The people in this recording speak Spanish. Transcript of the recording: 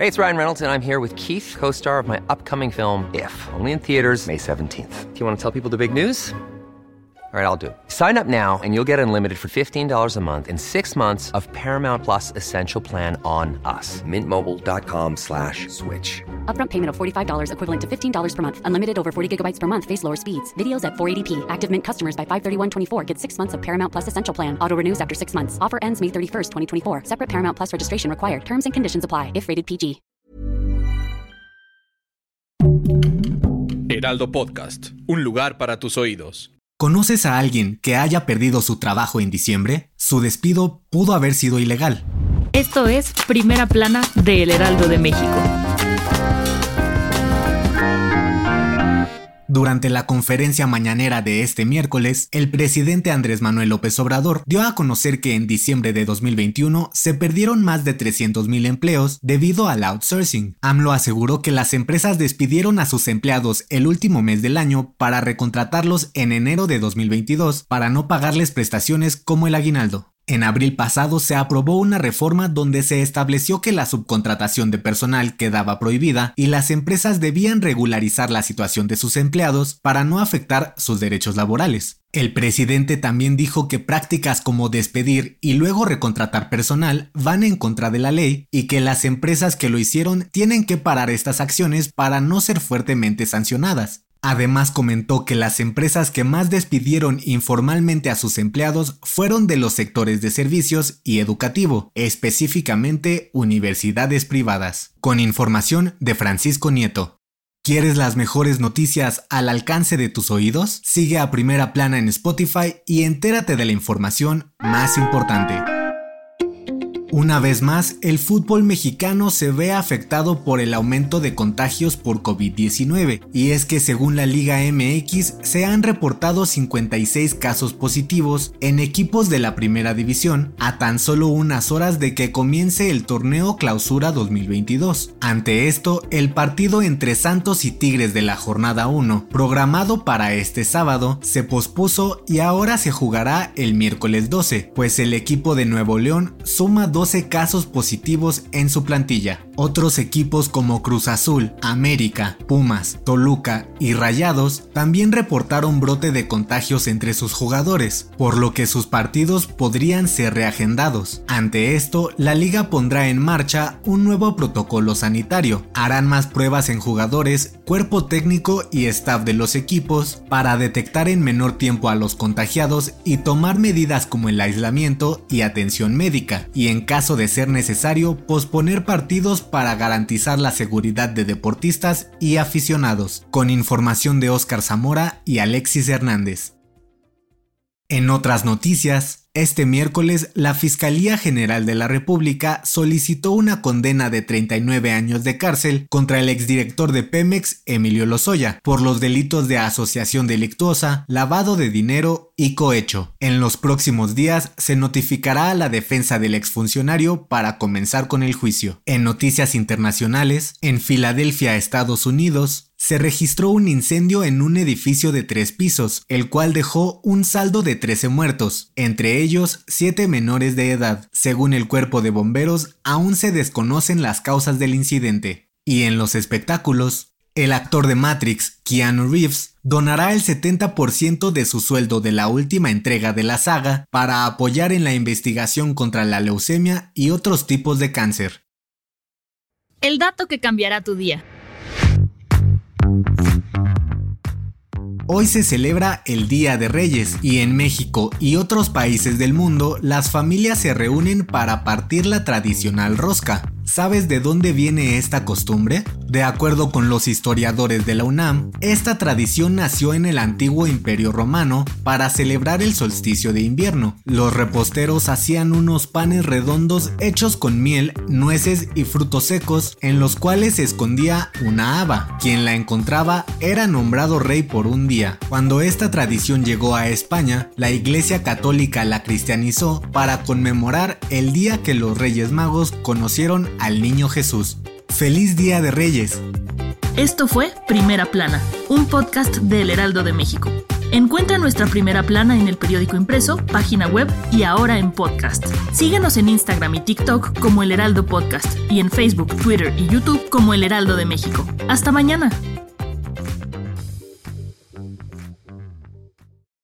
Hey, it's Ryan Reynolds, and I'm here with Keith, co-star of my upcoming film, If, only in theaters May 17th. Do you want to tell people the big news? All right, I'll do it. Sign up now and you'll get unlimited for $15 a month and 6 months of Paramount Plus Essential Plan on us. MintMobile.com/switch. Upfront payment of $45 equivalent to $15 per month. Unlimited over 40 gigabytes per month. Face lower speeds. Videos at 480p. Active Mint customers by 531.24 get 6 months of Paramount Plus Essential Plan. Auto renews after 6 months. Offer ends May 31st, 2024. Separate Paramount Plus registration required. Terms and conditions apply if rated PG. Heraldo Podcast. Un lugar para tus oídos. ¿Conoces a alguien que haya perdido su trabajo en diciembre? Su despido pudo haber sido ilegal. Esto es Primera Plana de El Heraldo de México. Durante la conferencia mañanera de este miércoles, el presidente Andrés Manuel López Obrador dio a conocer que en diciembre de 2021 se perdieron más de 300,000 empleos debido al outsourcing. AMLO aseguró que las empresas despidieron a sus empleados el último mes del año para recontratarlos en enero de 2022 para no pagarles prestaciones como el aguinaldo. En abril pasado se aprobó una reforma donde se estableció que la subcontratación de personal quedaba prohibida y las empresas debían regularizar la situación de sus empleados para no afectar sus derechos laborales. El presidente también dijo que prácticas como despedir y luego recontratar personal van en contra de la ley y que las empresas que lo hicieron tienen que parar estas acciones para no ser fuertemente sancionadas. Además comentó que las empresas que más despidieron informalmente a sus empleados fueron de los sectores de servicios y educativo, específicamente universidades privadas. Con información de Francisco Nieto. ¿Quieres las mejores noticias al alcance de tus oídos? Sigue a Primera Plana en Spotify y entérate de la información más importante. Una vez más, el fútbol mexicano se ve afectado por el aumento de contagios por COVID-19, y es que según la Liga MX se han reportado 56 casos positivos en equipos de la primera división a tan solo unas horas de que comience el torneo Clausura 2022. Ante esto, el partido entre Santos y Tigres de la jornada 1, programado para este sábado, se pospuso y ahora se jugará el miércoles 12, pues el equipo de Nuevo León suma 12 casos positivos en su plantilla. Otros equipos como Cruz Azul, América, Pumas, Toluca y Rayados también reportaron brote de contagios entre sus jugadores, por lo que sus partidos podrían ser reagendados. Ante esto, la liga pondrá en marcha un nuevo protocolo sanitario. Harán más pruebas en jugadores, cuerpo técnico y staff de los equipos para detectar en menor tiempo a los contagiados y tomar medidas como el aislamiento y atención médica, y en caso de ser necesario, posponer partidos para garantizar la seguridad de deportistas y aficionados. Con información de Óscar Zamora y Alexis Hernández. En otras noticias, este miércoles la Fiscalía General de la República solicitó una condena de 39 años de cárcel contra el exdirector de Pemex, Emilio Lozoya, por los delitos de asociación delictuosa, lavado de dinero y cohecho. En los próximos días se notificará a la defensa del exfuncionario para comenzar con el juicio. En noticias internacionales, en Filadelfia, Estados Unidos, se registró un incendio en un edificio de 3 pisos, el cual dejó un saldo de 13 muertos, entre ellos 7 menores de edad. Según el cuerpo de bomberos, aún se desconocen las causas del incidente. Y en los espectáculos, el actor de Matrix, Keanu Reeves, donará el 70% de su sueldo de la última entrega de la saga para apoyar en la investigación contra la leucemia y otros tipos de cáncer. El dato que cambiará tu día. Hoy se celebra el Día de Reyes y en México y otros países del mundo las familias se reúnen para partir la tradicional rosca. ¿Sabes de dónde viene esta costumbre? De acuerdo con los historiadores de la UNAM, esta tradición nació en el antiguo Imperio Romano para celebrar el solsticio de invierno. Los reposteros hacían unos panes redondos hechos con miel, nueces y frutos secos en los cuales se escondía una haba. Quien la encontraba era nombrado rey por un día. Cuando esta tradición llegó a España, la Iglesia Católica la cristianizó para conmemorar el día que los Reyes Magos conocieron al Niño Jesús. ¡Feliz Día de Reyes! Esto fue Primera Plana, un podcast de El Heraldo de México. Encuentra nuestra primera plana en el periódico impreso, página web y ahora en podcast. Síguenos en Instagram y TikTok como El Heraldo Podcast y en Facebook, Twitter y YouTube como El Heraldo de México. ¡Hasta mañana!